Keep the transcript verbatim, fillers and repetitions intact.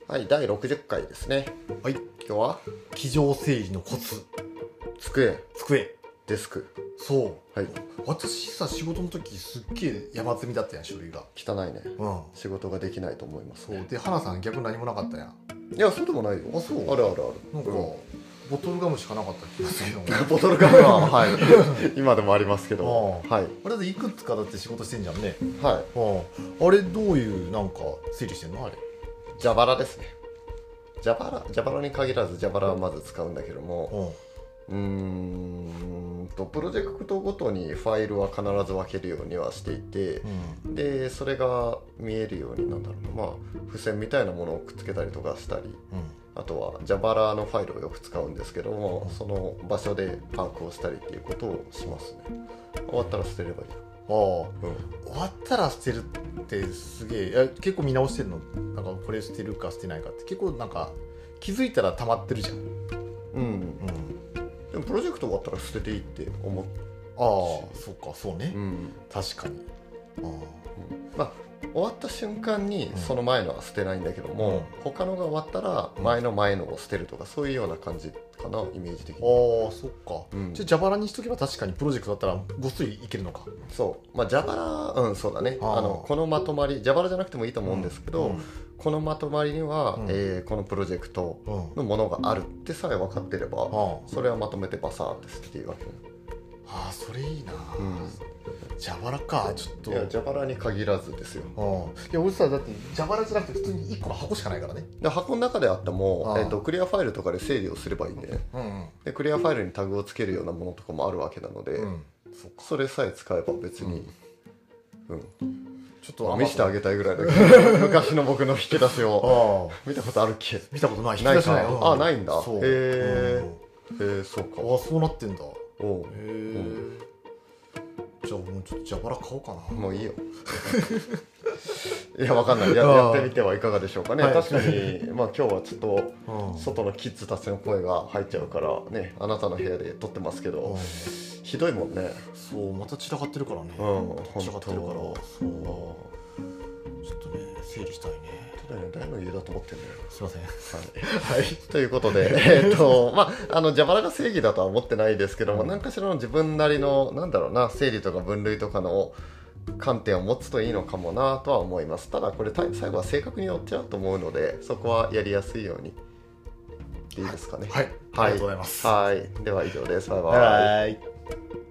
はい、だいろくじゅっかいですね。 はい。 今日は机上整理のコツ。 机、 机。 デスク。 そう。 はい。 私さ、仕事の時すっげえ山積みだったやん、書類が。 汚いね。 うん。 仕事ができないと思います、ね。 そう。で、花さん逆何もなかったやん。 いや、そうでもないよ。 あ、そう。 あるあるある。 なんか、うん、ボトルガムしかなかった気がするけど。 ボトルガムは、はい。今でもありますけど。はい。 あれだっていくつかだって仕事してんじゃんね。 はい。 あれどういうなんか整理してんのあれ。 蛇腹ですね。蛇腹、蛇腹に限らず蛇腹はまず使うんだけども、うーんとプロジェクトごとにファイルは必ず分けるようにはしていて、うん、でそれが見えるようになんだろうな、まあ付箋みたいなものをくっつけたりとかしたり、うん、あとは蛇腹のファイルをよく使うんですけども、うん、その場所でパンクをしたりっていうことをしますね。終わったら捨てればいい。 ああ、うん、終わったら捨てるってすげえ、結構見直してるの。なんかこれ捨てるか捨てないかって結構なんか気づいたら溜まってるじゃん。うんうん。でもプロジェクト終わったら捨てていいって思って。 ああ、そうか、そうね。うん、確かに。ああ、うん、 まあ終わった瞬間にその前のは捨てないんだけども、うん、他のが終わったら前の前のを捨てるとか、そういうような感じかな、イメージ的に。 ああ、そっか、うん、じゃあ蛇腹にしとけば確かにプロジェクトだったらごっそりいけるのか。 そう、まあ蛇腹、うん、そうだね。あのこのまとまり、蛇腹じゃなくてもいいと思うんですけど、うんうん、このまとまりには、うん、えー、このプロジェクトのものがあるってさえ分かってれば、うん、それはまとめてバサーって捨てていいわけね。 ああ、それいいな、うん、蛇腹か。ちょっといや蛇腹に限らずですよ。 うん、いや俺さ、だって蛇腹じゃなくて普通にいっこの箱しかないからね。 で箱の中であっても、えー、とクリアファイルとかで整理をすればいいんで、うんうん、でクリアファイルにタグをつけるようなものとかもあるわけなので、うん、そ, それさえ使えば別に、うん、うん、ちょっと見せてあげたいぐらいだけど昔の僕の引き出しを見たことあるっけ。 見たことない。 引き出しない。あ、ないんだ。へえ、へえ、そうか。 あ、そうなってんだ。 おう、へえ、じゃあもうちょっと蛇腹買おうかな。 もういいよいや、わかんない。 や, やってみてはいかがでしょうかね。はい、確かに、まあ、今日はちょっと外のキッズたちの声が入っちゃうからね、あなたの部屋で撮ってますけど、ひどいもんね。 そう、また散らかってるからね。 うん、 散らかってるから、そう、ちょっとね、整理したいね。 誰の家だと思ってんだよ。 すいません。 はい、はい、ということで、えー、っとまああの蛇腹が正義だとは思ってないですけども、うん、何かしらの自分なりのなんだろうな、整理とか分類とかの観点を持つといいのかもなとは思います。ただこれ最後は性格によっちゃうと思うので、そこはやりやすいようにいいですかね。 はい、はい、ありがとうございます。 はい、では以上です。バイバイ。 バイバイ。